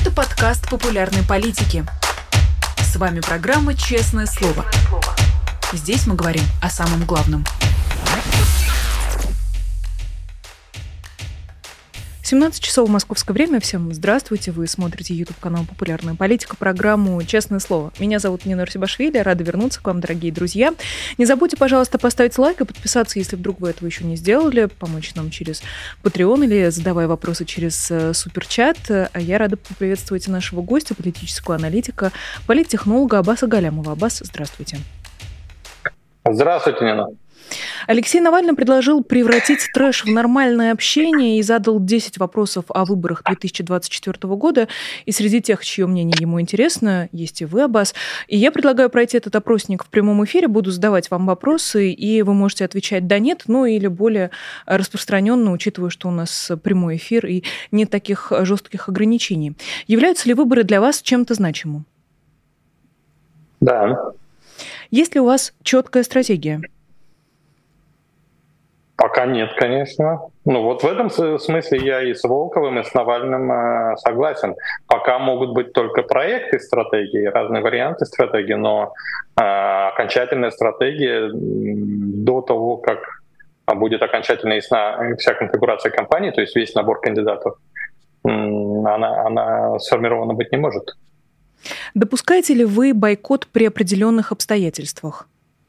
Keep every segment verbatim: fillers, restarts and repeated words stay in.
Это подкаст популярной политики. С вами программа «Честное слово». Здесь мы говорим о самом главном. семнадцать часов московское время. Всем здравствуйте. Вы смотрите YouTube-канал «Популярная политика», программу «Честное слово». Меня зовут Нина Арсибашвили. Рада вернуться к вам, дорогие друзья. Не забудьте, пожалуйста, поставить лайк и подписаться, если вдруг вы этого еще не сделали, помочь нам через Patreon или задавая вопросы через Суперчат. А я рада поприветствовать нашего гостя, политического аналитика, политтехнолога Аббаса Галямова. Аббас, здравствуйте. Здравствуйте, Нина. Алексей Навальный предложил превратить трэш в нормальное общение и задал десять вопросов о выборах две тысячи двадцать четвёртого года. И среди тех, чье мнение ему интересно, есть и вы, Аббас. И я предлагаю пройти этот опросник в прямом эфире. Буду задавать вам вопросы, и вы можете отвечать «да», «нет», ну или более распространенно, учитывая, что у нас прямой эфир и нет таких жестких ограничений. Являются ли выборы для вас чем-то значимым? Да. Есть ли у вас четкая стратегия? Пока нет, конечно. Ну вот в этом смысле я и с Волковым, и с Навальным э, согласен. Пока могут быть только проекты стратегии, разные варианты стратегии, но э, окончательная стратегия до того, как будет окончательно ясна вся конфигурация кампании, то есть весь набор кандидатов, э, она, она сформирована быть не может. Допускаете ли вы бойкот при определенных обстоятельствах?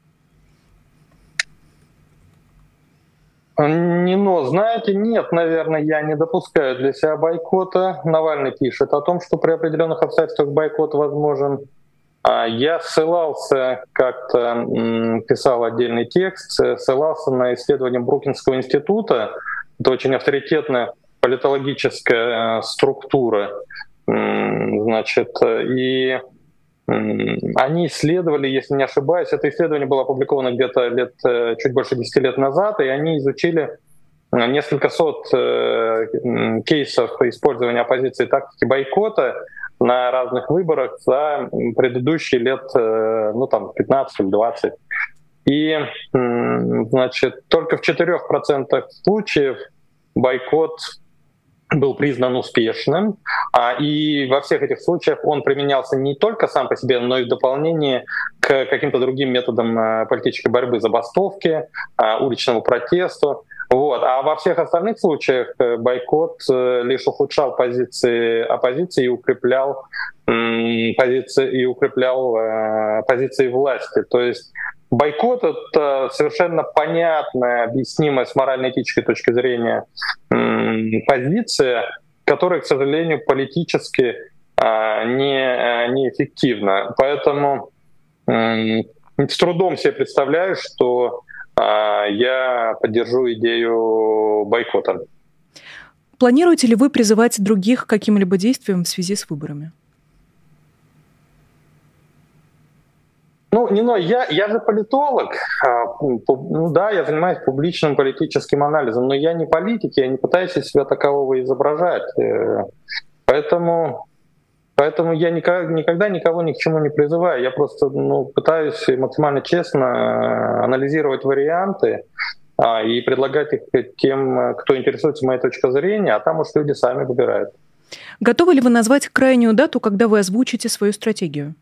Не, но, знаете, нет, наверное, я не допускаю для себя бойкота. Навальный пишет о том, что при определенных обстоятельствах бойкот возможен. Я ссылался, как-то писал отдельный текст, ссылался на исследование Брукинского института. Это очень авторитетная политологическая структура. Значит, и они исследовали, если не ошибаюсь, это исследование было опубликовано где-то лет, чуть больше десяти лет назад, и они изучили несколько сот кейсов использования оппозиции тактики бойкота на разных выборах за предыдущие лет, ну там, пятнадцать или двадцать. И, значит, только в четырёх процентах случаев бойкот был признан успешным, и во всех этих случаях он применялся не только сам по себе, но и в дополнение к каким-то другим методам политической борьбы, забастовки, уличному протесту. Вот. А во всех остальных случаях бойкот лишь ухудшал позиции оппозиции и укреплял позиции, и укреплял позиции власти. То есть бойкот — это совершенно понятная, объяснимая с морально-этической точки зрения позиция, которая, к сожалению, политически не, неэффективна. Поэтому с трудом себе представляю, что я поддержу идею бойкота. Планируете ли вы призывать других к каким-либо действиям в связи с выборами? Ну, не, но я, я же политолог, ну да, я занимаюсь публичным политическим анализом, но я не политик, я не пытаюсь из себя такового изображать. Поэтому, поэтому я никогда, никогда никого ни к чему не призываю. Я просто ну, пытаюсь максимально честно анализировать варианты и предлагать их тем, кто интересуется моей точкой зрения, а там уж люди сами выбирают. Готовы ли вы назвать крайнюю дату, когда вы озвучите свою стратегию?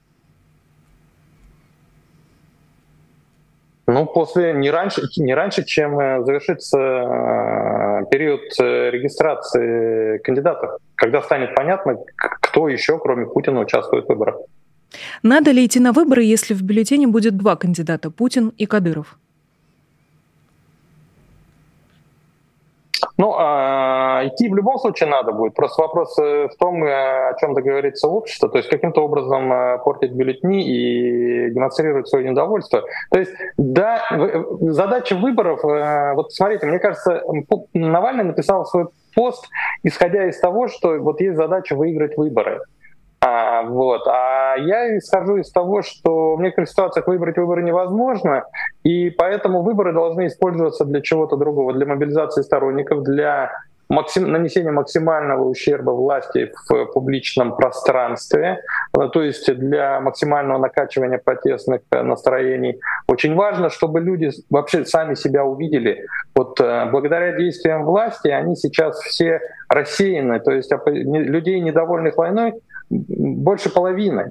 Ну, после не раньше, не раньше, чем завершится период регистрации кандидатов, когда станет понятно, кто еще, кроме Путина, участвует в выборах. Надо ли идти на выборы, если в бюллетене будет два кандидата — Путин и Кадыров? Ну, а, идти в любом случае надо будет. Просто вопрос в том, о чем договорится общество. То есть каким-то образом портить бюллетени и демонстрировать свое недовольство. То есть, да, задача выборов... Вот смотрите, мне кажется, Навальный написал свой пост, исходя из того, что вот есть задача выиграть выборы. А, вот. а я исхожу из того, что в некоторых ситуациях выиграть выборы невозможно, и поэтому выборы должны использоваться для чего-то другого, для мобилизации сторонников, для максим, нанесение максимального ущерба власти в публичном пространстве, то есть для максимального накачивания протестных настроений. Очень важно, чтобы люди вообще сами себя увидели. Вот благодаря действиям власти они сейчас все рассеяны, то есть людей, недовольных войной, больше половины.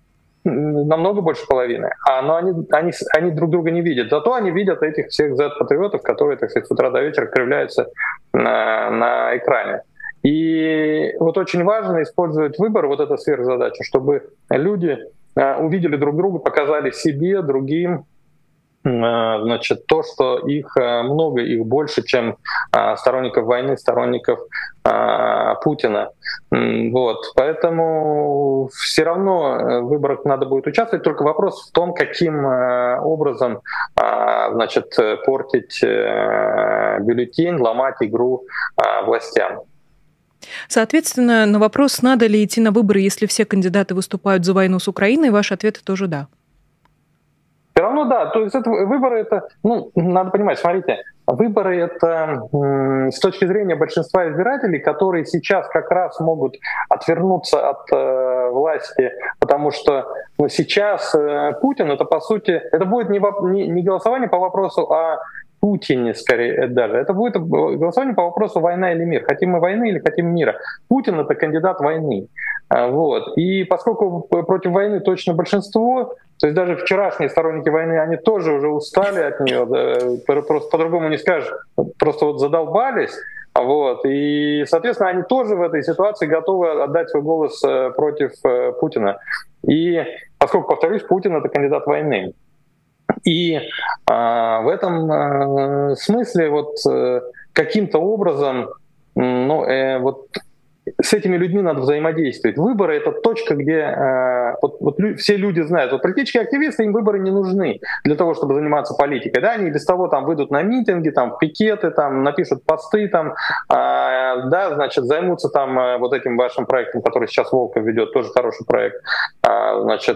Намного больше половины, а, но они, они, они друг друга не видят. Зато они видят этих всех зет-патриотов, которые, так сказать, с утра до вечера кривляются на, на экране. И вот очень важно использовать выбор, вот эта сверхзадача, чтобы люди увидели друг друга, показали себе, другим, значит, то, что их много, их больше, чем сторонников войны, сторонников Путина. Вот. Поэтому все равно в выборах надо будет участвовать, только вопрос в том, каким образом, значит, портить бюллетень, ломать игру властям. Соответственно, на вопрос, надо ли идти на выборы, если все кандидаты выступают за войну с Украиной, ваш ответ тоже да. Все равно да, то есть это, выборы это, ну, надо понимать, смотрите, выборы это м, с точки зрения большинства избирателей, которые сейчас как раз могут отвернуться от э, власти, потому что ну, сейчас э, Путин это по сути, это будет не, воп, не, не голосование по вопросу о Путине, скорее даже. Это будет голосование по вопросу война или мир. Хотим мы войны или хотим мира. Путин — это кандидат войны. Вот. И поскольку против войны точно большинство, то есть даже вчерашние сторонники войны, они тоже уже устали от нее, да, просто по-другому не скажешь, просто вот задолбались. Вот. И, соответственно, они тоже в этой ситуации готовы отдать свой голос против Путина. И поскольку, повторюсь, Путин — это кандидат войны. И а, в этом а, смысле вот а, каким-то образом ну, э, вот с этими людьми надо взаимодействовать. Выборы — это точка, где э, вот, вот лю- все люди знают. Вот политические активисты, им выборы не нужны для того, чтобы заниматься политикой. Да? Они без того там выйдут на митинги, там, в пикеты, там, напишут посты, там, э, да, значит, займутся там э, вот этим вашим проектом, который сейчас Волков ведет, тоже хороший проект. Э, значит,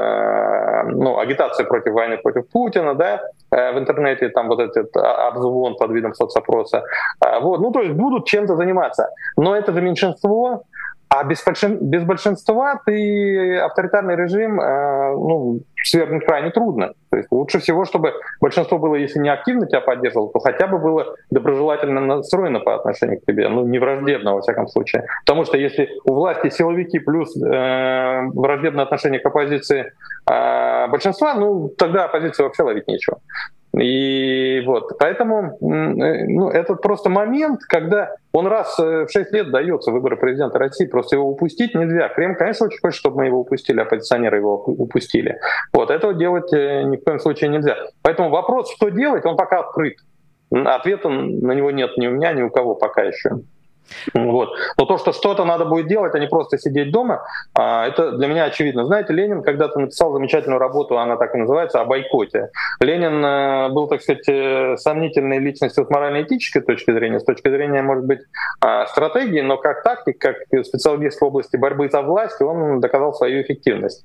э, ну, агитация против войны, против Путина, да, э, в интернете там вот этот обзвон под видом соцопроса. Э, вот, ну, то есть будут чем-то заниматься. Но это же меньшинство. А без, большин, без большинства ты авторитарный режим э, ну, свергнуть крайне трудно. То есть лучше всего, чтобы большинство было, если не активно тебя поддерживало, то хотя бы было доброжелательно настроено по отношению к тебе, ну не враждебно во всяком случае. Потому что если у власти силовики плюс э, враждебное отношение к оппозиции э, большинства, ну тогда оппозиции вообще ловить нечего. И вот, поэтому ну, это просто момент, когда он раз в шесть лет дается, выборы президента России, просто его упустить нельзя. Кремль, конечно, очень хочет, чтобы мы его упустили, оппозиционеры его упустили. Вот, этого делать ни в коем случае нельзя. Поэтому вопрос, что делать, он пока открыт. Ответа на него нет ни у меня, ни у кого пока еще. Вот. Но то, что что-то надо будет делать, а не просто сидеть дома, это для меня очевидно. Знаете, Ленин когда-то написал замечательную работу, она так и называется, о бойкоте. Ленин был, так сказать, сомнительной личностью с морально-этической точки зрения, с точки зрения, может быть, стратегии, но как тактик, как специалист в области борьбы за власть, он доказал свою эффективность.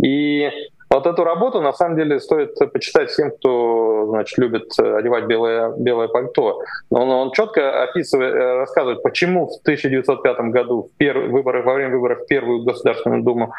И вот эту работу, на самом деле, стоит почитать всем, кто, значит, любит одевать белое, белое пальто. Но он, он четко описывает, рассказывает, почему в тысяча девятьсот пятом году в первые выборы, во время выборов в Первую Государственную Думу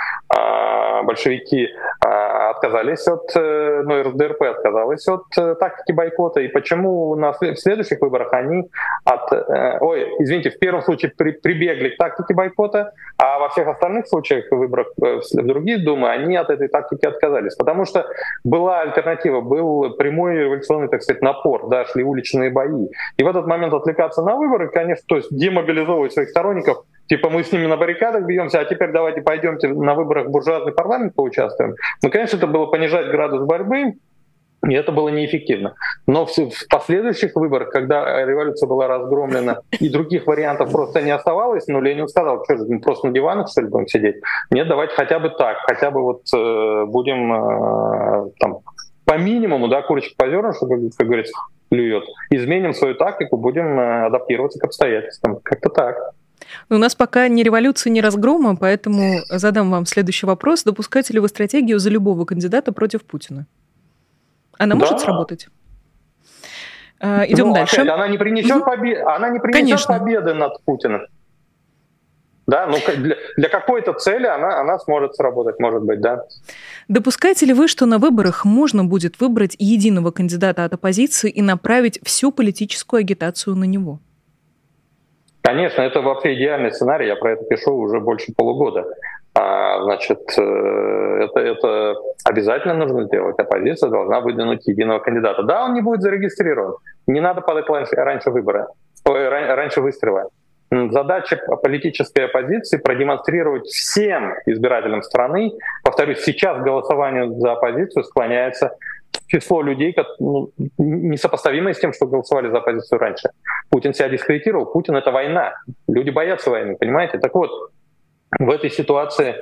а, большевики а, отказались от, ну, эр эс дэ эр пэ отказалась от а, тактики бойкота, и почему на, в следующих выборах они от, а, ой, извините, в первом случае при, прибегли к тактике бойкота, а во всех остальных случаях выборах в другие думы они от этой тактики отказались. отказались, потому что была альтернатива, был прямой революционный, так сказать, напор, да, шли уличные бои. И в этот момент отвлекаться на выборы, конечно, то есть демобилизовывать своих сторонников, типа мы с ними на баррикадах бьемся, а теперь давайте пойдемте на выборах в буржуазный парламент поучаствуем. Ну, конечно, это было понижать градус борьбы, и это было неэффективно. Но в последующих выборах, когда революция была разгромлена и других вариантов просто не оставалось, ну, Ленин сказал, что же, мы просто на диванах, что ли, будем сидеть? Нет, давайте хотя бы так, хотя бы вот э, будем э, там, по минимуму, да, курочек по зерну, чтобы, как говорится, клюет. Изменим свою тактику, будем э, адаптироваться к обстоятельствам. Как-то так. У нас пока ни революции, ни разгрома, поэтому задам вам следующий вопрос. Допускаете ли вы стратегию за любого кандидата против Путина? Она может да. сработать? Э, идем ну, дальше. Опять, она не принесет, угу. побе... она не принесет победы над Путиным. Да, ну для, для какой-то цели она, она сможет сработать, может быть, да. Допускаете ли вы, что на выборах можно будет выбрать единого кандидата от оппозиции и направить всю политическую агитацию на него? Конечно, это вообще идеальный сценарий, я про это пишу уже больше полугода. А, значит, это, это обязательно нужно сделать. Оппозиция должна выдвинуть единого кандидата. Да, он не будет зарегистрирован. Не надо подать раньше, раньше выбора, раньше выстрела. Задача политической оппозиции продемонстрировать всем избирателям страны, повторюсь, сейчас голосование за оппозицию склоняется число людей, ну, несопоставимое с тем, что голосовали за оппозицию раньше. Путин себя дискредитировал, Путин — это война. Люди боятся войны, понимаете? Так вот, в этой ситуации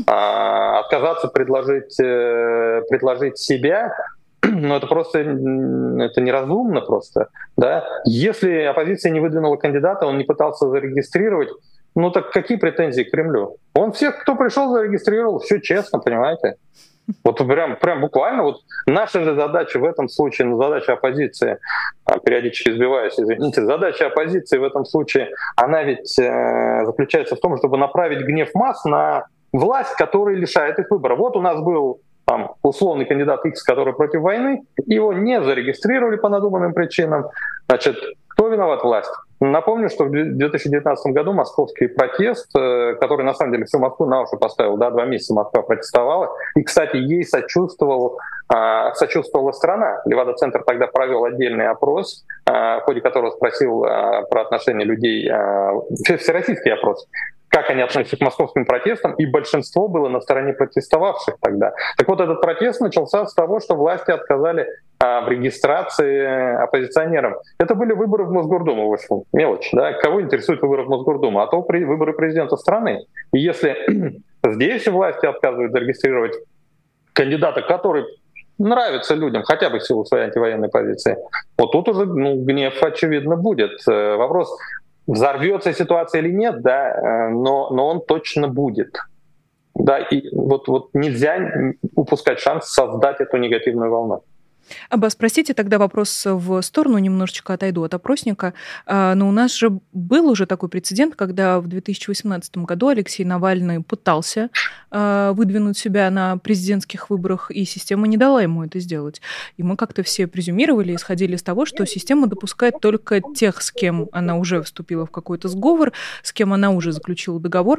а, отказаться предложить, э, предложить себя, ну это просто это неразумно просто. Да? Если оппозиция не выдвинула кандидата, он не пытался зарегистрировать, ну так какие претензии к Кремлю? Он всех, кто пришел, зарегистрировал, все честно, понимаете? Вот прям, прям буквально вот наша же задача в этом случае, ну, задача оппозиции, периодически сбиваюсь, извините, задача оппозиции в этом случае, она ведь э, заключается в том, чтобы направить гнев масс на власть, которая лишает их выбора. Вот у нас был там условный кандидат X, который против войны, его не зарегистрировали по надуманным причинам. Значит, кто виноват? Власть. Напомню, что в две тысячи девятнадцатом году московский протест, который на самом деле всю Москву на уши поставил, да, два месяца Москва протестовала, и, кстати, ей сочувствовал, сочувствовала страна. Левада-центр тогда провел отдельный опрос, в ходе которого спросил про отношение людей, всероссийский опрос, как они относятся к московским протестам, и большинство было на стороне протестовавших тогда. Так вот, этот протест начался с того, что власти отказали а, в регистрации оппозиционерам. Это были выборы в Мосгордуму, в общем, мелочь. Да? Кого интересует выборы в Мосгордуму? А то при, выборы президента страны. И если здесь власти отказывают зарегистрировать кандидата, который нравится людям, хотя бы в силу своей антивоенной позиции, вот тут уже ну, гнев, очевидно, будет. Вопрос, взорвется ситуация или нет, да, но, но он точно будет. Да, и вот, вот нельзя упускать шанс создать эту негативную волну. Аббас, простите, тогда вопрос в сторону, немножечко отойду от опросника. Но у нас же был уже такой прецедент, когда в две тысячи восемнадцатом году Алексей Навальный пытался выдвинуть себя на президентских выборах, и система не дала ему это сделать. И мы как-то все презюмировали, исходили из того, что система допускает только тех, с кем она уже вступила в какой-то сговор, с кем она уже заключила договор.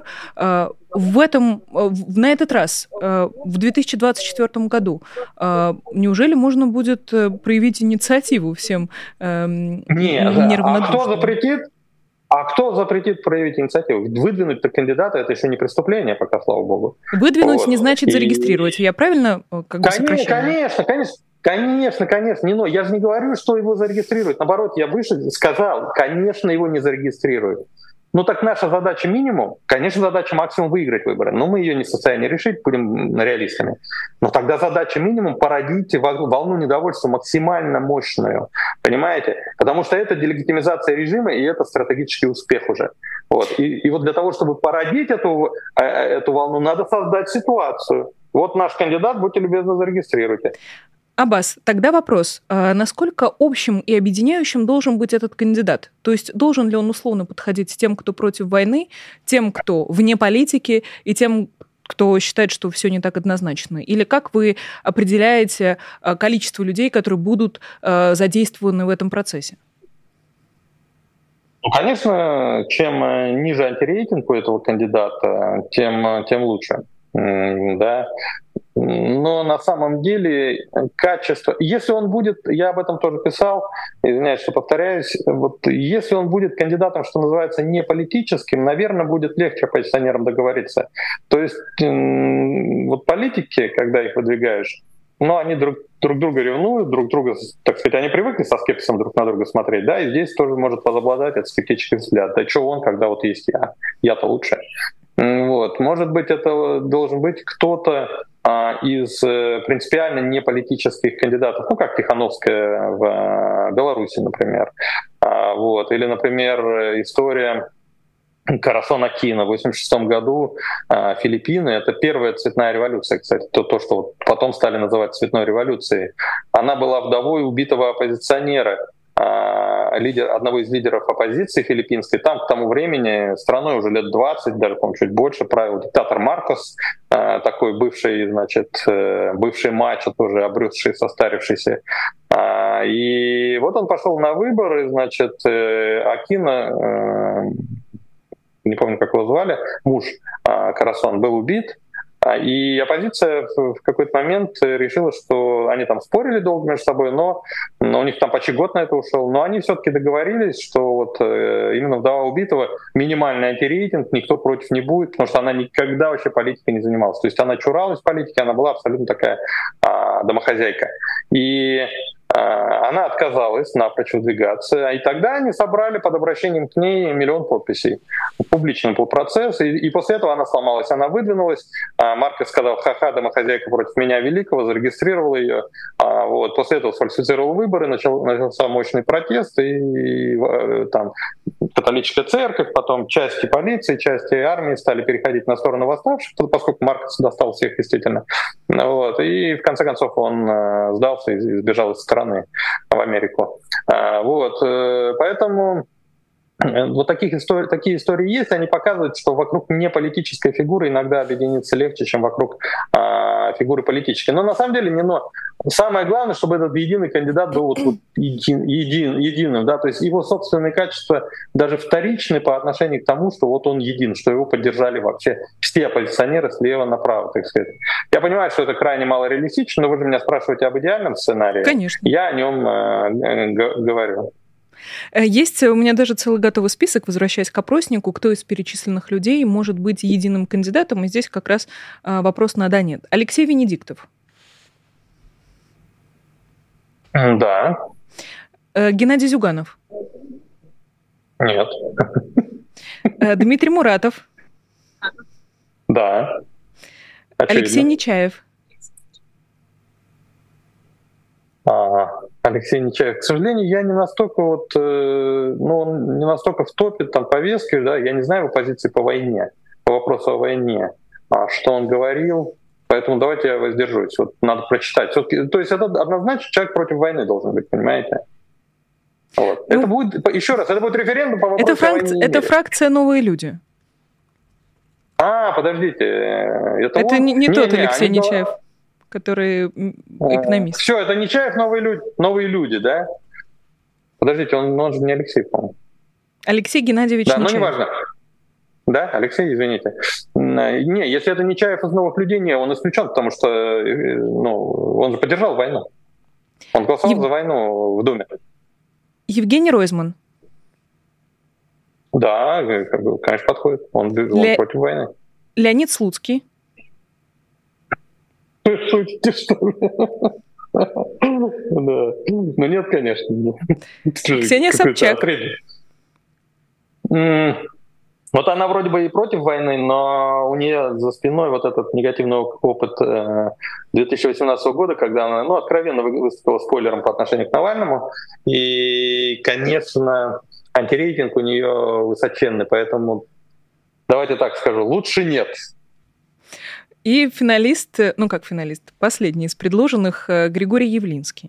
В этом, на этот раз, в две тысячи двадцать четвёртом году, неужели можно будет проявить инициативу всем неравнодушным? А кто запретит? А кто запретит проявить инициативу? Выдвинуть-то кандидата — это еще не преступление, пока, слава богу. Выдвинуть вот. Не значит зарегистрировать. И... Я правильно как бы сокращаю? Конечно, конечно. Конечно, конечно, не, но я же не говорю, что его зарегистрируют. Наоборот, я выше сказал, конечно, его не зарегистрируют. Ну так наша задача минимум, конечно, задача максимум выиграть выборы, но мы ее не в состоянии решить, будем реалистами. Но тогда задача минимум породить волну недовольства максимально мощную, понимаете? Потому что это делегитимизация режима, и это стратегический успех уже. Вот. И, и вот для того, чтобы породить эту, эту волну, надо создать ситуацию. Вот наш кандидат, будьте любезны, зарегистрируйте. Аббас, тогда вопрос. А насколько общим и объединяющим должен быть этот кандидат? То есть должен ли он условно подходить с тем, кто против войны, тем, кто вне политики, и тем, кто считает, что все не так однозначно? Или как вы определяете количество людей, которые будут задействованы в этом процессе? Ну, конечно, чем ниже антирейтинг у этого кандидата, тем, тем лучше. Да. Но на самом деле качество... Если он будет, я об этом тоже писал, извиняюсь, что повторяюсь, вот если он будет кандидатом, что называется, не политическим, наверное, будет легче оппозиционерам договориться. То есть вот политики, когда их выдвигаешь, ну, они друг, друг друга ревнуют, друг друга, так сказать, они привыкли со скепсисом друг на друга смотреть, да, и здесь тоже может возобладать этот скептический взгляд. Да что он, когда вот есть я, я-то лучше. Вот. Может быть, это должен быть кто-то а, из принципиально неполитических кандидатов, ну, как Тихановская в Беларуси, например. А, вот. Или, например, история Карасо Накина в восемьдесят шестом году, а, Филиппины. Это первая цветная революция, кстати, то, то, что потом стали называть цветной революцией. Она была вдовой убитого оппозиционера. лидер, одного из лидеров оппозиции филиппинской. Там к тому времени страной уже лет двадцать, даже, по-моему, чуть больше правил диктатор Маркос, такой бывший, значит, бывший мачо, тоже обрюзший, состарившийся. И вот он пошел на выборы, значит, Акино, не помню, как его звали, муж Карасон, был убит. И оппозиция в какой-то момент решила, что они там спорили долго между собой, но, но у них там почти год на это ушел, но они все-таки договорились, что вот именно вдова убитого минимальный антирейтинг, никто против не будет, потому что она никогда вообще политикой не занималась. То есть она чуралась политики, она была абсолютно такая а, домохозяйка. И она отказалась напрочь выдвигаться, и тогда они собрали под обращением к ней миллион подписей. Публичный был процесс, и, и после этого она сломалась, она выдвинулась. Маркос сказал: ха-ха, домохозяйка против меня великого, зарегистрировал ее. Вот. После этого сфальсифицировал выборы, начал, начался мощный протест, и, и там католическая церковь, потом части полиции, части армии стали переходить на сторону восставших, поскольку Маркос достал всех действительно. Вот. И в конце концов он сдался и сбежал из страны в Америку. Вот. Поэтому вот таких историй, такие истории есть, они показывают, что вокруг неполитической фигуры иногда объединиться легче, чем вокруг а, фигуры политической. Но на самом деле не но. Самое главное, чтобы этот единый кандидат был вот, вот един, един, единым, да, то есть его собственные качества даже вторичны по отношению к тому, что вот он един, что его поддержали вообще все оппозиционеры слева направо, так сказать. Я понимаю, что это крайне мало реалистично, но вы же меня спрашиваете об идеальном сценарии. Конечно. Я о нем э, г- говорю. Есть у меня даже целый готовый список, возвращаясь к опроснику, кто из перечисленных людей может быть единым кандидатом, и здесь как раз вопрос на да-нет. Алексей Венедиктов. Да. Геннадий Зюганов. Нет. Дмитрий Муратов. Да. Очевидно. Алексей Нечаев. А, Алексей Нечаев. К сожалению, я не настолько вот, э, ну, он не настолько в топе там повестки, да, я не знаю его позиции по войне, по вопросу о войне, а, что он говорил, поэтому давайте я воздержусь. Вот надо прочитать. Все-таки, то есть это однозначно человек против войны должен быть, понимаете? Вот. Ну, это будет, еще раз, это будет референдум по вопросу это фрак... о войне. Это фракция «Новые люди». А, подождите. Это, это он? не, не, не тот Алексей они... Нечаев, который экономист. Все, это Нечаев, новые люди, новые люди, да? Подождите, он, он же не Алексей, по-моему. Алексей Геннадьевич да, Нечаев. Да, ну неважно. Да, Алексей, извините. Не, если это Нечаев из новых людей, не, он исключен, потому что ну, он же поддержал войну. Он голосовал Ев... за войну в Думе. Евгений Ройзман. Да, конечно, подходит. Он, Ле... он против войны. Леонид Слуцкий. Вы шутите, что ли? Да. Ну нет, конечно. Ксения Собчак. Вот она вроде бы и против войны, но у нее за спиной вот этот негативный опыт две тысячи восемнадцатого года, когда она, ну, откровенно выступила спойлером по отношению к Навальному. И, конечно, антирейтинг у нее высоченный, поэтому давайте так скажу, лучше нет. И финалист, ну как финалист, последний из предложенных, Григорий Явлинский.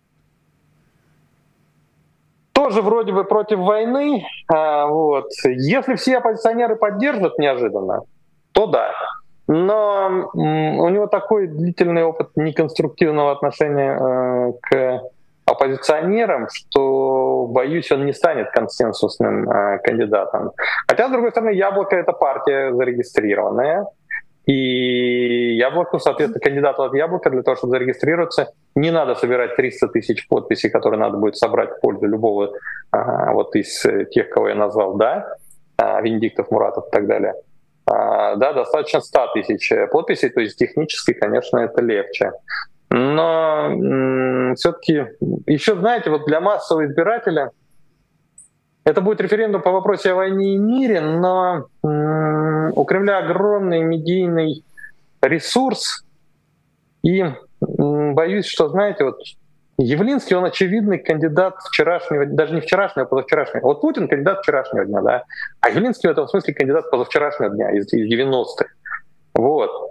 Тоже вроде бы против войны. А, вот. Если все оппозиционеры поддержат неожиданно, то да. Но м, у него такой длительный опыт неконструктивного отношения э, к оппозиционерам, что, боюсь, он не станет консенсусным э, кандидатом. Хотя, с другой стороны, «Яблоко» — это партия зарегистрированная. И Яблоку, соответственно, кандидату от Яблока для того, чтобы зарегистрироваться, не надо собирать триста тысяч подписей, которые надо будет собрать в пользу любого а, вот из тех, кого я назвал, да, а, Венедиктов, Муратов и так далее. А, да, достаточно ста тысяч подписей, то есть технически, конечно, это легче. Но м- все-таки, еще, знаете, вот для массового избирателя это будет референдум по вопросу о войне и мире, но м- у Кремля огромный медийный ресурс, и м- боюсь, что, знаете, вот Явлинский, он очевидный кандидат вчерашнего, даже не вчерашнего, а позавчерашнего. Вот Путин кандидат вчерашнего дня, да, а Явлинский в этом смысле кандидат позавчерашнего дня, из, из девяностых. Вот.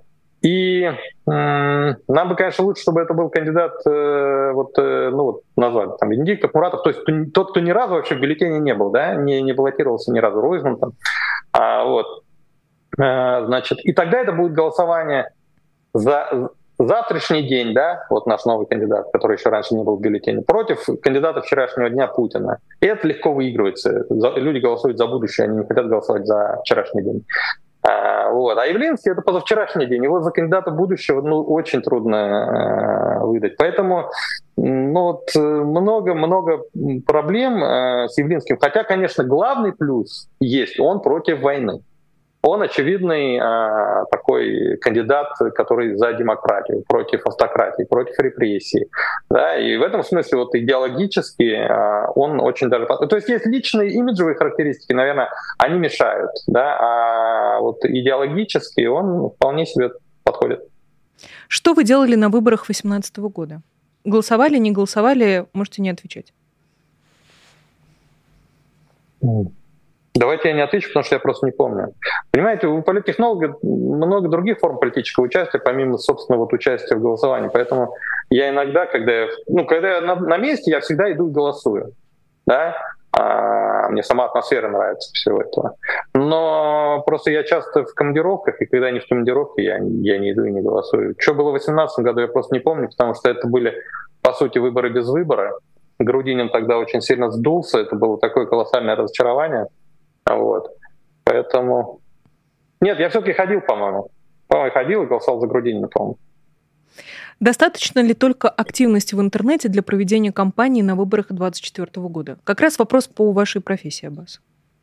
И э, нам бы, конечно, лучше, чтобы это был кандидат, э, вот, э, ну вот назвали, там, Венедиктов, Муратов, то есть тот, кто ни разу вообще в бюллетене не был, да, не, не баллотировался ни разу, Ройзман там, а, вот, э, значит, и тогда это будет голосование за завтрашний день, да, вот наш новый кандидат, который еще раньше не был в бюллетене, против кандидата вчерашнего дня Путина. И это легко выигрывается. Люди голосуют за будущее, они не хотят голосовать за вчерашний день. А, вот. А Явлинский — это позавчерашний день. Его за кандидата будущего ну, очень трудно э, выдать. Поэтому ну, вот, много-много проблем э, с Явлинским. Хотя, конечно, главный плюс есть — он против войны. Он очевидный э, такой кандидат, который за демократию, против автократии, против репрессий. Да? И в этом смысле вот идеологически э, он очень даже... То есть есть личные имиджевые характеристики, наверное, они мешают. Да? А вот идеологически он вполне себе подходит. Что вы делали на выборах две тысячи восемнадцатого года? Голосовали, не голосовали? Можете не отвечать. Давайте я не отвечу, потому что я просто не помню. Понимаете, у политтехнолога много других форм политического участия, помимо, собственно, вот участия в голосовании. Поэтому я иногда, когда я, ну, когда я на, на месте, я всегда иду и голосую. Да? А, мне сама атмосфера нравится всего этого. Но просто я часто в командировках, и когда не в командировке, я, я не иду и не голосую. Что было в две тысячи восемнадцатом году, я просто не помню, потому что это были, по сути, выборы без выбора. Грудинин тогда очень сильно сдулся, это было такое колоссальное разочарование. Вот. Поэтому... Нет, я все-таки ходил, по-моему. По-моему, ходил и голосовал за Грудинина, по-моему. Достаточно ли только активности в интернете для проведения кампании на выборах двадцать четвёртого года? Как раз вопрос по вашей профессии, Аббас.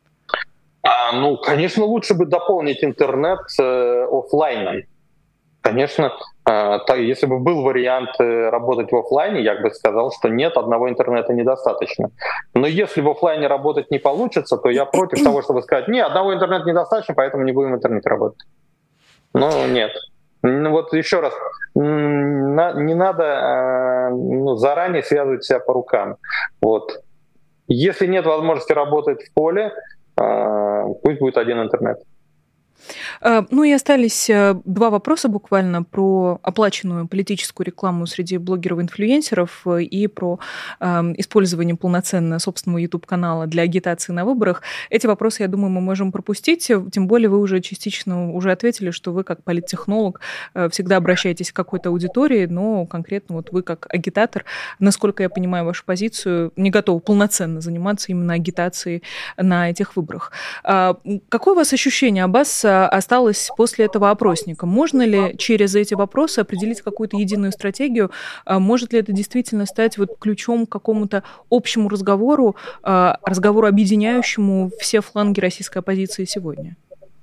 А, ну, конечно, лучше бы дополнить интернет э, офлайном. Конечно, э, то, если бы был вариант э, работать в офлайне, я бы сказал, что нет, одного интернета недостаточно. Но если в офлайне работать не получится, то я против того, чтобы сказать, нет, одного интернета недостаточно, поэтому не будем в интернете работать. Ну, нет. Ну, вот еще раз, не надо э, ну, заранее связывать себя по рукам. Вот. Если нет возможности работать в поле, э, пусть будет один интернет. Ну и остались два вопроса буквально про оплаченную политическую рекламу среди блогеров-инфлюенсеров и про э, использование полноценно собственного YouTube-канала для агитации на выборах. Эти вопросы, я думаю, мы можем пропустить, тем более вы уже частично уже ответили, что вы как политтехнолог всегда обращаетесь к какой-то аудитории, но конкретно вот вы как агитатор, насколько я понимаю вашу позицию, не готовы полноценно заниматься именно агитацией на этих выборах. Какое у вас ощущение, Аббас, осталось после этого опросника? Можно ли через эти вопросы определить какую-то единую стратегию? Может ли это действительно стать вот ключом к какому-то общему разговору, разговору, объединяющему все фланги российской оппозиции сегодня?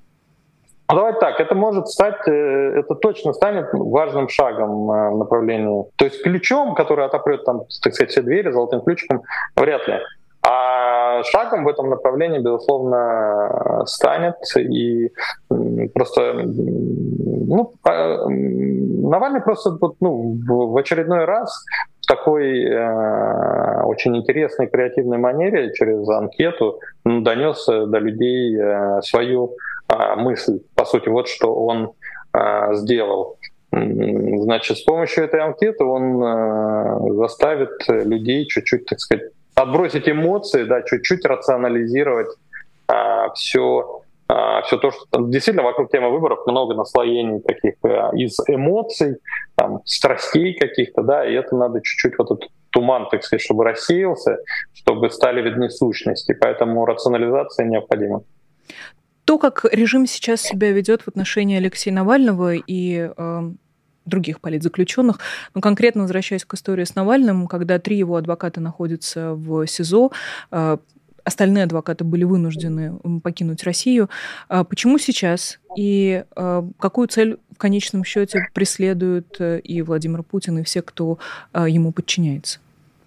Ну, давайте так, это может стать, это точно станет важным шагом в направлении. То есть ключом, который отопрет там, так сказать, все двери золотым ключиком, вряд ли. А шагом в этом направлении, безусловно, станет. И просто ну, Навальный просто ну, в очередной раз в такой э, очень интересной креативной манере через анкету ну, донес до людей э, свою э, мысль. По сути, вот что он э, сделал. Значит, с помощью этой анкеты он э, заставит людей чуть-чуть, так сказать, отбросить эмоции, да, чуть-чуть рационализировать а, все, а, все то, что действительно вокруг темы выборов много наслоений таких а, из эмоций, там, страстей каких-то, да, и это надо чуть-чуть вот этот туман, так сказать, чтобы рассеялся, чтобы стали видны сущности, поэтому рационализация необходима. То, как режим сейчас себя ведет в отношении Алексея Навального и э, других политзаключенных, но конкретно возвращаясь к истории с Навальным, когда три его адвоката находятся в СИЗО, э, остальные адвокаты были вынуждены покинуть Россию. Э, почему сейчас и э, какую цель в конечном счете преследуют и Владимир Путин, и все, кто э, ему подчиняется?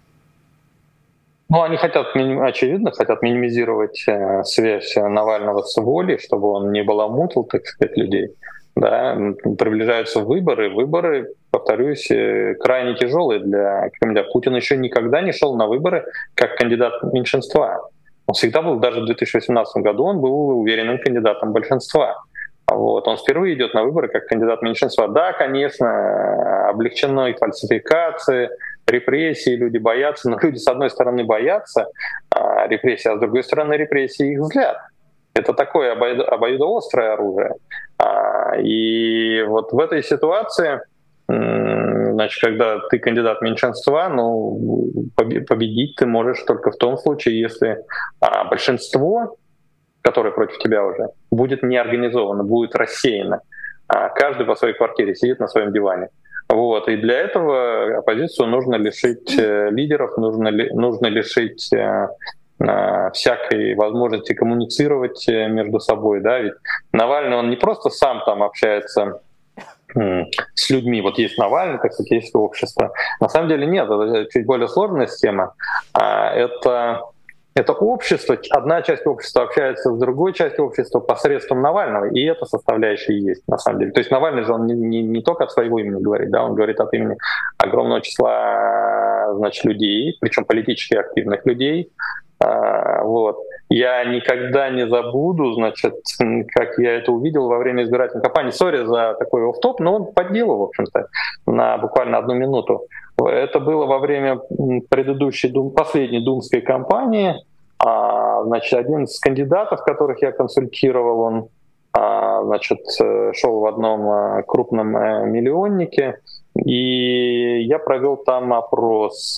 Ну, они хотят, очевидно, хотят минимизировать э, связь Навального с волей, чтобы он не баламутил, так сказать, людей. Да, приближаются выборы. Выборы, повторюсь, крайне тяжелые для Кремля. Путин еще никогда не шел на выборы как кандидат меньшинства. Он всегда был, даже в две тысячи восемнадцатом году, он был уверенным кандидатом большинства. Вот. Он впервые идет на выборы как кандидат меньшинства. Да, конечно, облегчены фальсификации, репрессии, люди боятся, но люди, с одной стороны, боятся а, репрессий, а с другой стороны, репрессии их злят. Это такое обоюдоострое оружие. А, и вот в этой ситуации, значит, когда ты кандидат меньшинства, ну, победить ты можешь только в том случае, если а, большинство, которое против тебя уже, будет не организовано, будет рассеяно. А каждый по своей квартире сидит на своем диване. Вот. И для этого оппозицию нужно лишить э, лидеров, нужно, ли, нужно лишить э, э, всякой возможности коммуницировать между собой. Да? Ведь Навальный, он не просто сам там общается э, с людьми. Вот есть Навальный, так сказать, есть общество. На самом деле нет, это чуть более сложная тема. А это... Это общество, одна часть общества общается с другой частью общества посредством Навального, и это составляющая есть на самом деле. То есть Навальный же он не, не, не только от своего имени говорит, да, он говорит от имени огромного числа, значит, людей, причем политически активных людей. А, вот. Я никогда не забуду, значит, как я это увидел во время избирательной кампании. Сори за такой офф-топ, но он по делу, в общем-то, на буквально одну минуту. Это было во время предыдущей, последней думской кампании. Значит, один из кандидатов, которых я консультировал, он, значит, шел в одном крупном миллионнике, и я провел там опрос.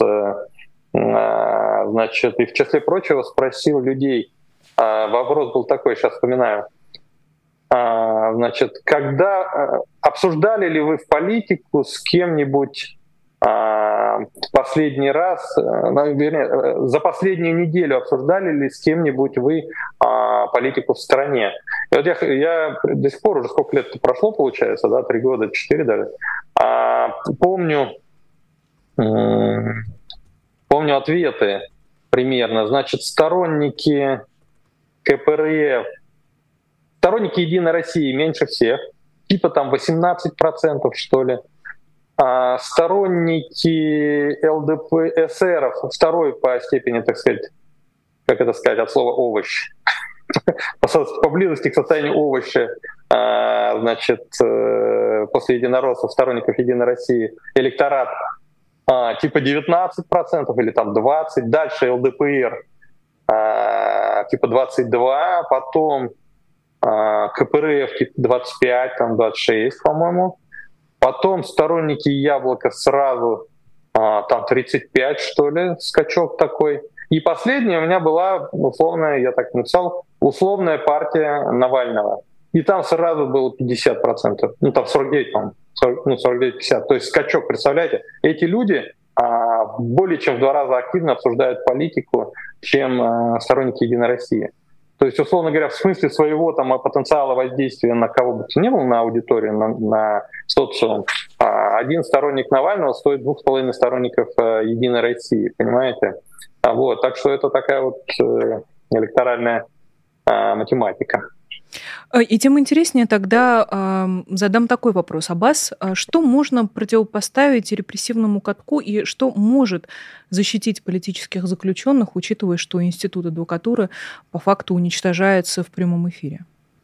Значит, и в числе прочего спросил людей. Вопрос был такой, сейчас вспоминаю. Значит, когда обсуждали ли вы в политику с кем-нибудь последний раз, вернее, за последнюю неделю обсуждали ли с кем-нибудь вы а, политику в стране? И вот я, я до сих пор, уже сколько лет прошло, получается, да, три года, четыре даже, а, помню, помню ответы примерно. Значит, сторонники ка пэ эр эф, сторонники Единой России меньше всех, типа там восемнадцать процентов, что ли. А сторонники эл дэ пэ эс эр, второй по степени, так сказать, как это сказать, от слова овощ, по близости к состоянию овоща, значит, после единороссов, сторонников Единой России, электорат типа девятнадцать процентов или там двадцать процентов, дальше эл дэ пэ эр типа двадцать два процента, потом ка пэ эр эф типа двадцать пять, там двадцать шесть, по-моему. Потом сторонники Яблока сразу а, там тридцать пять, что ли, скачок такой. И последняя у меня была условная, я так написал, условная партия Навального. И там сразу было пятьдесят процентов. Ну там сорок девять, по-моему. сорок, ну сорок девять пятьдесят. То есть скачок, представляете? Эти люди а, более чем в два раза активно обсуждают политику, чем а, сторонники Единой России. То есть, условно говоря, в смысле своего там потенциала воздействия на кого бы то ни было, на аудиторию, на, на социум, один сторонник Навального стоит двух с половиной сторонников Единой России, понимаете? Вот, так что это такая вот электоральная математика. И тем интереснее тогда э, задам такой вопрос. Аббас, что можно противопоставить репрессивному катку и что может защитить политических заключенных, учитывая, что институт адвокатуры по факту уничтожается в прямом эфире?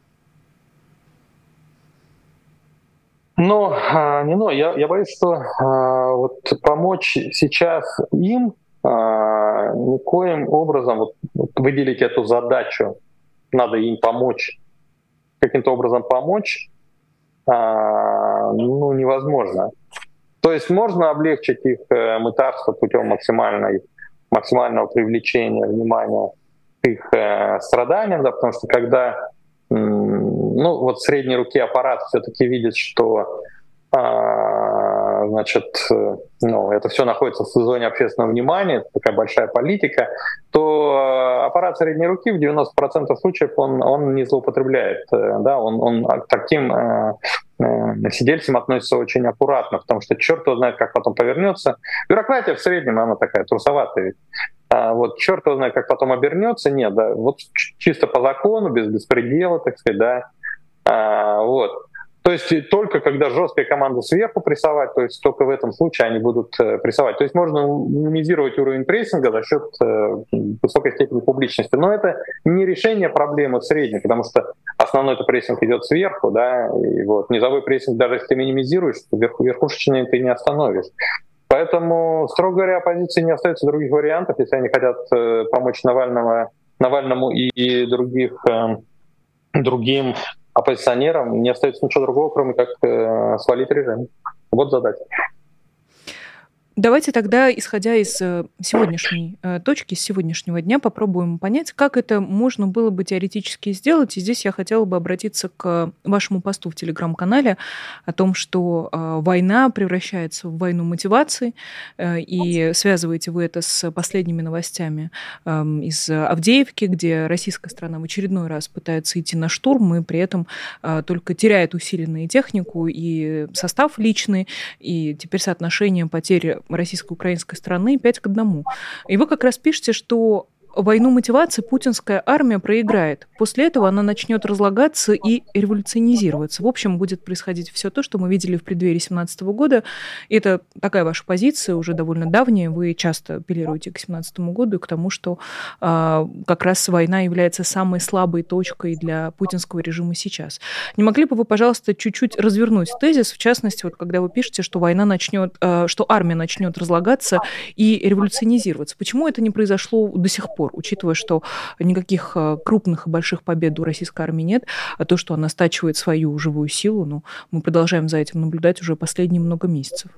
Ну, не, ну я, я боюсь, что а, вот помочь сейчас им а, никоим образом вот, выделить эту задачу, надо им помочь. Каким-то образом помочь, а, ну, невозможно. То есть можно облегчить их э, мытарство путем максимальной, максимального привлечения внимания к их э, страданиям, да, потому что когда м, ну, вот в средней руке аппарат все-таки видит, что а, значит, ну, это все находится в зоне общественного внимания, это такая большая политика, то аппарат средней руки в девяноста процентах случаев он, он не злоупотребляет. Да, он, он к таким э, э, сидельцам относится очень аккуратно, потому что черт его знает, как потом повернется. Бюрократия в среднем, она такая трусоватая. А вот черт его знает, как потом обернется. Нет, да, вот чисто по закону, без беспредела, так сказать, да. А, вот. То есть только когда жесткая команда сверху прессовать, то есть только в этом случае они будут прессовать. То есть можно минимизировать уровень прессинга за счет высокой степени публичности. Но это не решение проблемы средней, потому что основной это прессинг идет сверху, да, и вот низовой прессинг, даже если ты минимизируешь, то верхушечный ты не остановишь. Поэтому, строго говоря, оппозиции не остается других вариантов, если они хотят помочь Навального, Навальному и других, другим оппозиционерам, не остается ничего другого, кроме как э, свалить режим. Вот задача. Давайте тогда, исходя из сегодняшней э, точки, с сегодняшнего дня, попробуем понять, как это можно было бы теоретически сделать. И здесь я хотела бы обратиться к вашему посту в Телеграм-канале о том, что э, война превращается в войну мотивации, э, и связываете вы это с последними новостями э, из Авдеевки, где российская сторона в очередной раз пытается идти на штурм, и при этом э, только теряет усиленную технику и состав личный, и теперь соотношение потерь российско-украинской стороны пять к одному. И вы как раз пишете, что войну мотивации путинская армия проиграет. После этого она начнет разлагаться и революционизироваться. В общем, будет происходить все то, что мы видели в преддверии две тысячи семнадцатого года. И это такая ваша позиция, уже довольно давняя. Вы часто апеллируете к две тысячи семнадцатому году и к тому, что э, как раз война является самой слабой точкой для путинского режима сейчас. Не могли бы вы, пожалуйста, чуть-чуть развернуть тезис, в частности, вот когда вы пишете, что война начнет, э, что армия начнет разлагаться и революционизироваться. Почему это не произошло до сих пор? Учитывая, что никаких крупных и больших побед у российской армии нет, а то, что она стачивает свою живую силу, ну, мы продолжаем за этим наблюдать уже последние много месяцев.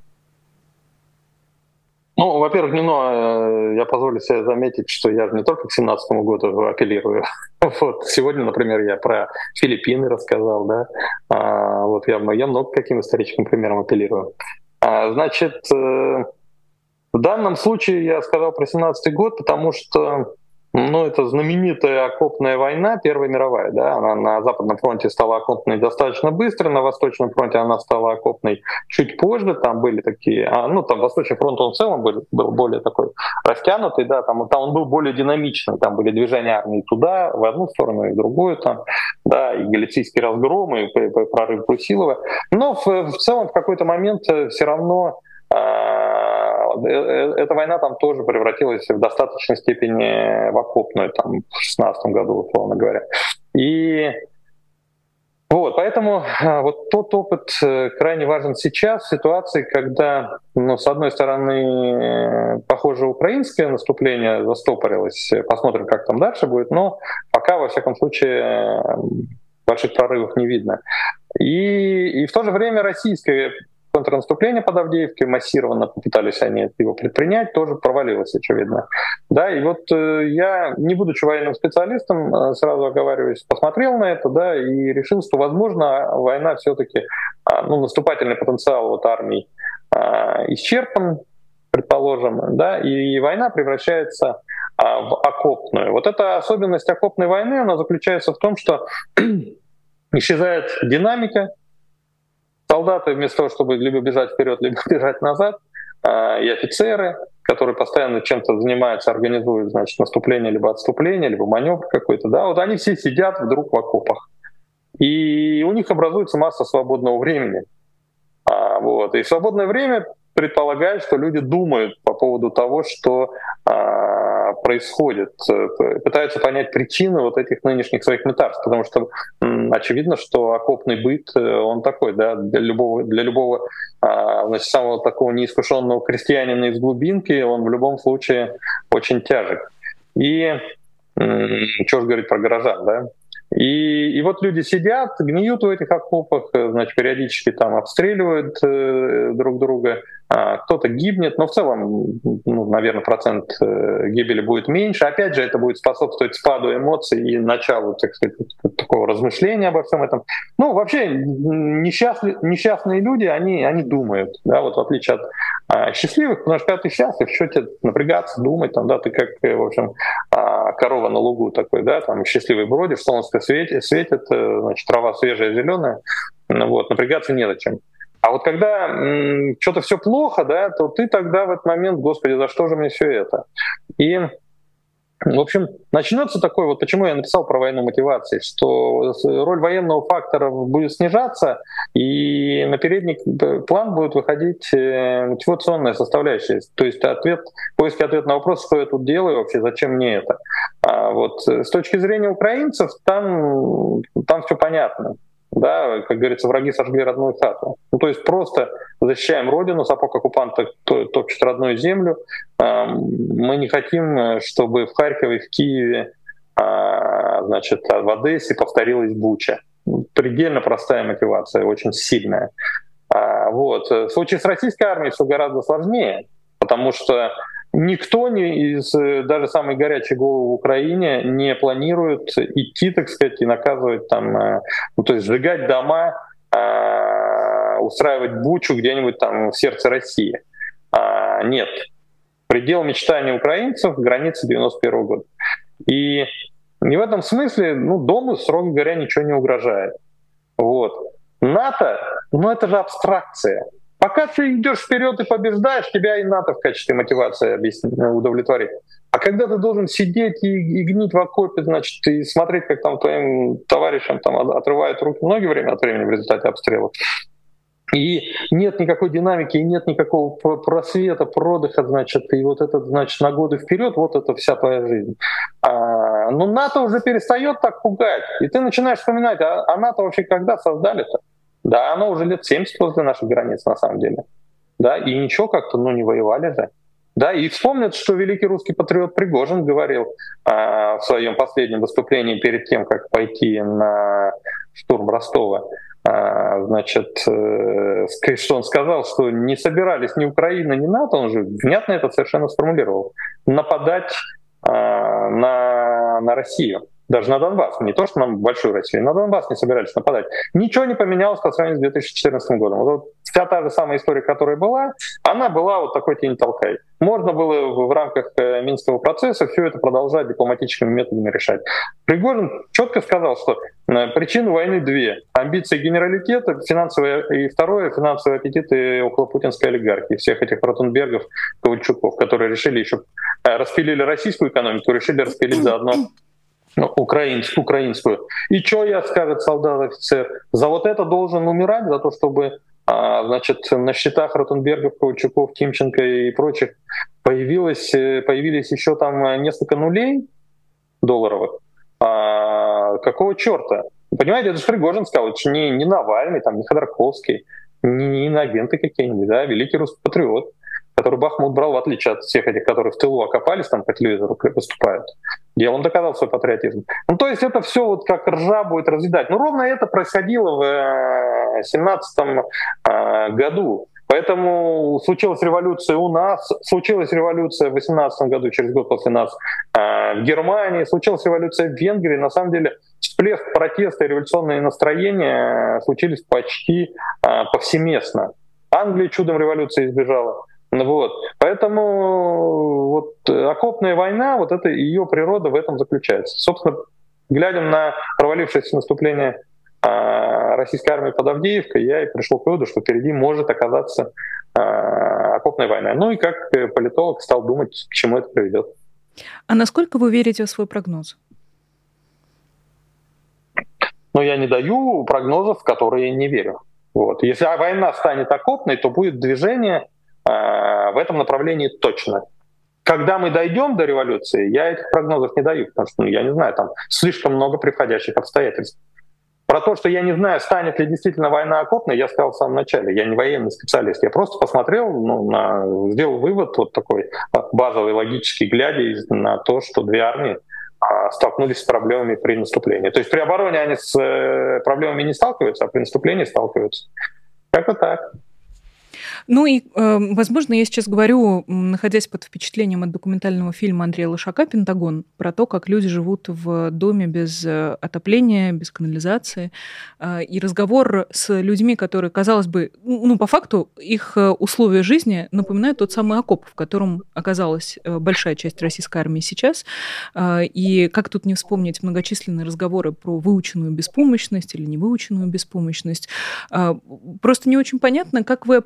Ну, во-первых, не, ну, я позволю себе заметить, что я же не только к семнадцатому году апеллирую. Вот сегодня, например, я про Филиппины рассказал, да. А, вот я, я много каким историческим примером апеллирую. А, значит, в данном случае я сказал про семнадцатый год, потому что, ну, это знаменитая окопная война, Первая мировая, да, она на Западном фронте стала окопной достаточно быстро, на Восточном фронте она стала окопной чуть позже, там были такие, а, ну, там Восточный фронт, он в целом был, был более такой растянутый, да, там, там он был более динамичный, там были движения армии туда, в одну сторону и в другую, там, да, и Галицийский разгром, и прорыв Брусилова, но в, в целом в какой-то момент все равно эта война там тоже превратилась в достаточной степени в окопную, там, в шестнадцатом году, условно говоря. И вот, поэтому вот тот опыт крайне важен сейчас, в ситуации, когда, ну, с одной стороны, похоже, украинское наступление застопорилось, посмотрим, как там дальше будет, но пока, во всяком случае, больших прорывов не видно. И, и в то же время российское контрнаступление под Авдеевкой, массированно попытались они его предпринять, тоже провалилось, очевидно. Да, и вот э, я, не будучи военным специалистом, э, сразу оговариваюсь, посмотрел на это, да, и решил, что, возможно, война все-таки, э, ну, наступательный потенциал вот армий э, исчерпан, предположим, да, и война превращается э, в окопную. Вот эта особенность окопной войны, она заключается в том, что исчезает динамика. Солдаты вместо того, чтобы либо бежать вперед, либо бежать назад, и офицеры, которые постоянно чем-то занимаются, организуют, значит, наступление, либо отступление, либо маневр какой-то, да, вот они все сидят вдруг в окопах. И у них образуется масса свободного времени. А, вот. И свободное время предполагает, что люди думают по поводу того, что а, происходит, пытаются понять причины вот этих нынешних своих метарств, потому что м, очевидно, что окопный быт, он такой, да, для любого, для любого а, значит, самого такого неискушенного крестьянина из глубинки, он в любом случае очень тяжек. И м, что же говорить про горожан, да? И, и вот люди сидят, гниют в этих окопах, значит, периодически там обстреливают э, друг друга, а, кто-то гибнет, но в целом, ну, наверное, процент э, гибели будет меньше. Опять же, это будет способствовать спаду эмоций и началу, так сказать, такого размышления обо всем этом. Ну, вообще, несчастные, несчастные люди, они, они думают, да, вот в отличие от а, счастливых, потому что когда ты счастлив, что тебе напрягаться, думать, там, да, ты как, в общем, а, корова на лугу такой, да, там, счастливый бродишь, солнце светит, светит, значит, трава свежая, зеленая, вот, напрягаться незачем. А вот когда м, что-то все плохо, да, то ты тогда в этот момент, господи, за что же мне все это? И В общем, начнется такой, вот почему я написал про войну мотивации, что роль военного фактора будет снижаться, и на передний план будет выходить мотивационная составляющая. То есть ответ, поиск ответа на вопрос, что я тут делаю вообще, зачем мне это. А вот с точки зрения украинцев, там, там все понятно. Да, как говорится, враги сожгли родную хату. Ну, то есть просто защищаем родину, сапог оккупанта топчет родную землю. Мы не хотим, чтобы в Харькове, в Киеве, значит, в Одессе повторилась Буча. Предельно простая мотивация, очень сильная. Вот. В случае с российской армией все гораздо сложнее, потому что никто не из даже самой горячей головы в Украине не планирует идти, так сказать, и наказывать там, ну, то есть сжигать дома, устраивать Бучу где-нибудь там в сердце России. Нет. Предел мечтаний украинцев — границы девяносто первого года. И, и в этом смысле, ну, дому, строго говоря, ничего не угрожает. Вот. НАТО, ну это же абстракция. Пока ты идешь вперед и побеждаешь, тебя и НАТО в качестве мотивации удовлетворит. А когда ты должен сидеть и, и гнить в окопе, значит, и смотреть, как там твоим товарищам там отрывают руки, ноги время от времени в результате обстрелов, и нет никакой динамики, и нет никакого просвета, продыха, значит, и вот это, значит, на годы вперед, вот это вся твоя жизнь. А, но НАТО уже перестает так пугать, и ты начинаешь вспоминать, а, а НАТО вообще когда создали-то? Да, оно уже лет семьдесят возле наших границ, на самом деле. Да, и ничего как-то, ну, не воевали же. Да, и вспомнят, что великий русский патриот Пригожин говорил э, в своем последнем выступлении перед тем, как пойти на штурм Ростова. Э, значит, э, что он сказал, что не собирались ни Украина, ни НАТО, он же внятно это совершенно сформулировал, нападать э, на, на Россию. Даже на Донбасс, не то, что на большую Россию, на Донбасс не собирались нападать. Ничего не поменялось по сравнению с две тысячи четырнадцатым годом. Вот вся та же самая история, которая была, она была вот такой тень толкай. Можно было в рамках Минского процесса все это продолжать дипломатическими методами решать. Пригожин четко сказал, что причины войны две. Амбиции генералитета, финансовые, и второе, финансовые аппетиты околопутинской олигархии. Всех этих Ротенбергов, Ковальчуков, которые решили еще, распилили российскую экономику, решили распилить заодно украинскую, украинскую. И что я, скажет солдат-офицер, за вот это должен умирать, за то, чтобы, значит, на счетах Ротенбергов, Ковальчуков, Тимченко и прочих появилось, появились еще там несколько нулей долларовых. А какого черта? Понимаете, это же Пригожин сказал, это же не, не Навальный, там, не Ходорковский, не, не иноагенты какие-нибудь, да, великий русский патриот, который Бахмут брал, в отличие от всех этих, которые в тылу окопались, там по телевизору выступают. Где он доказал свой патриотизм. Ну, то есть это все вот как ржа будет разъедать. Ну, ровно это происходило в семнадцатом году. Поэтому случилась революция у нас, случилась революция в восемнадцатом году, через год после нас, в Германии, случилась революция в Венгрии. На самом деле всплеск протеста и революционные настроения случились почти повсеместно. Англия чудом революции избежала. Вот. Поэтому вот окопная война, вот это ее природа в этом заключается. Собственно, глядя на провалившееся наступление э, российской армии под Авдеевкой, я и пришел к выводу, что впереди может оказаться э, окопная война. Ну и как политолог стал думать, к чему это приведет. А насколько вы верите в свой прогноз? Ну, я не даю прогнозов, в которые не верю. Вот. Если война станет окопной, то будет движение в этом направлении точно. Когда мы дойдем до революции, я этих прогнозов не даю, потому что, ну, я не знаю, там слишком много приходящих обстоятельств. Про то, что я не знаю, станет ли действительно война окопной, я сказал в самом начале. Я не военный специалист. Я просто посмотрел, ну, на, сделал вывод вот такой базовый, логический, глядя на то, что две армии а, столкнулись с проблемами при наступлении. То есть при обороне они с э, проблемами не сталкиваются, а при наступлении сталкиваются. Как-то так. Ну и, э, возможно, я сейчас говорю, находясь под впечатлением от документального фильма Андрея Лошака «Пентагон», про то, как люди живут в доме без отопления, без канализации. Э, и разговор с людьми, которые, казалось бы, ну, по факту, их условия жизни напоминают тот самый окоп, в котором оказалась большая часть российской армии сейчас. Э, и как тут не вспомнить многочисленные разговоры про выученную беспомощность или невыученную беспомощность. Э, просто не очень понятно, как вы определяете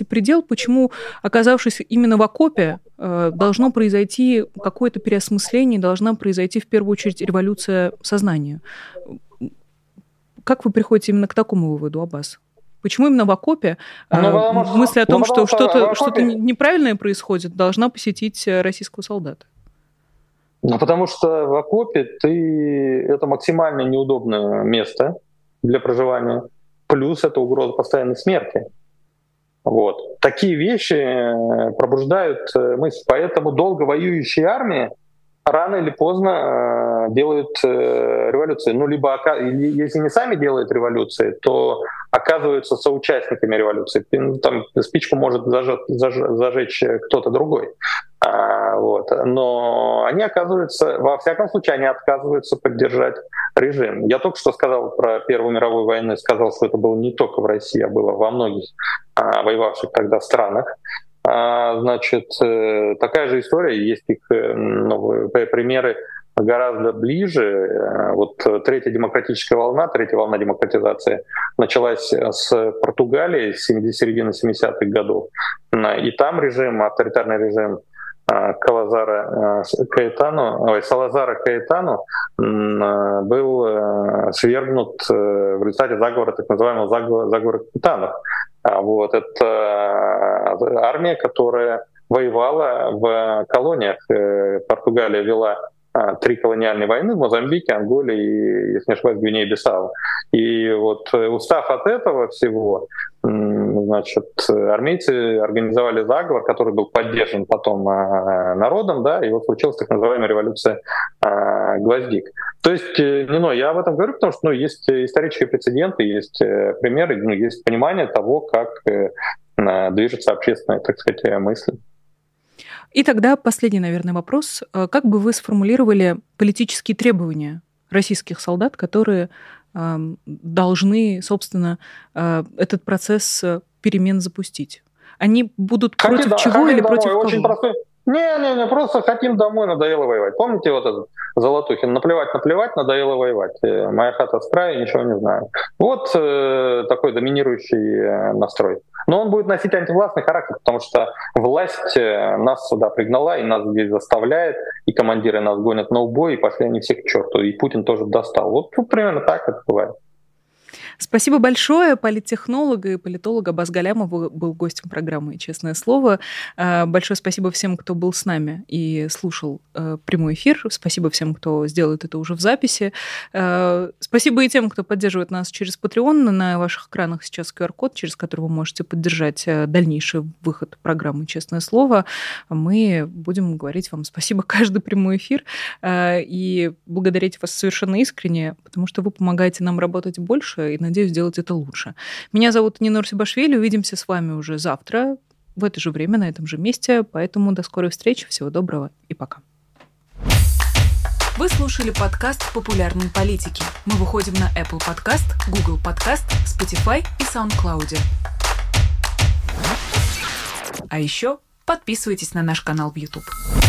считаете, предел, почему, оказавшись именно в окопе, должно произойти какое-то переосмысление, должна произойти в первую очередь революция сознания? Как вы приходите именно к такому выводу, Аббас? Почему именно в окопе ну, мысль о том, ну, что что-то, окопе... что-то неправильное происходит, должна посетить российского солдата? Ну, потому что в окопе ты... это максимально неудобное место для проживания, плюс это угроза постоянной смерти. Вот. Такие вещи пробуждают мысль. Поэтому долго воюющие армии рано или поздно делают революции. Ну, либо, если не сами делают революции, то оказываются соучастниками революции. Там спичку может зажечь, зажечь кто-то другой. А, вот. Но они оказываются, во всяком случае, они отказываются поддержать режим. Я только что сказал про Первую мировую войну, сказал, что это было не только в России, а было во многих а, воевавших тогда странах. А, значит, такая же история, есть их ну, примеры гораздо ближе. Вот третья демократическая волна, третья волна демократизации началась с Португалии с середины семидесятых годов. И там режим, авторитарный режим Калазара Каэтану, ой, Салазара Каэтану был свергнут в результате заговора, так называемого заговора, заговора капитанов. Вот. Это армия, которая воевала в колониях. Португалия вела три колониальные войны в Мозамбике, Анголе и, если не ошибаюсь, Гвинее-Бисау. И вот устав от этого всего, значит, армейцы организовали заговор, который был поддержан потом народом, да, и вот случилась так называемая революция гвоздик. То есть, ну, я об этом говорю, потому что ну, есть исторические прецеденты, есть примеры, ну, есть понимание того, как движется общественная, так сказать, мысль. И тогда последний, наверное, вопрос. Как бы вы сформулировали политические требования российских солдат, которые э, должны, собственно, э, этот процесс перемен запустить? Они будут хотим, против да, чего или домой, против кого? Очень простой. Не-не-не, просто хотим домой, надоело воевать. Помните вот этот Золотухин? Наплевать, наплевать, надоело воевать. Моя хата с краю, ничего не знаю. Вот э, такой доминирующий э, настрой. Но он будет носить антивластный характер, потому что власть нас сюда пригнала и нас здесь заставляет, и командиры нас гонят на убой, и пошли они все к черту. И Путин тоже достал. Вот ну, примерно так это бывает. Спасибо большое. Политтехнолог и политолог Аббас Галямов был гостем программы «Честное слово». Большое спасибо всем, кто был с нами и слушал прямой эфир. Спасибо всем, кто сделает это уже в записи. Спасибо и тем, кто поддерживает нас через Patreon. На ваших экранах сейчас ку ар-код, через который вы можете поддержать дальнейший выход программы «Честное слово». Мы будем говорить вам спасибо каждый прямой эфир и благодарить вас совершенно искренне, потому что вы помогаете нам работать больше и, надеюсь, сделать это лучше. Меня зовут Нина Урсибашвили. Увидимся с вами уже завтра в это же время, на этом же месте. Поэтому до скорой встречи. Всего доброго и пока. Вы слушали подкаст «Популярные политики». Мы выходим на Apple Podcast, Google Podcast, Spotify и SoundCloud. А еще подписывайтесь на наш канал в YouTube.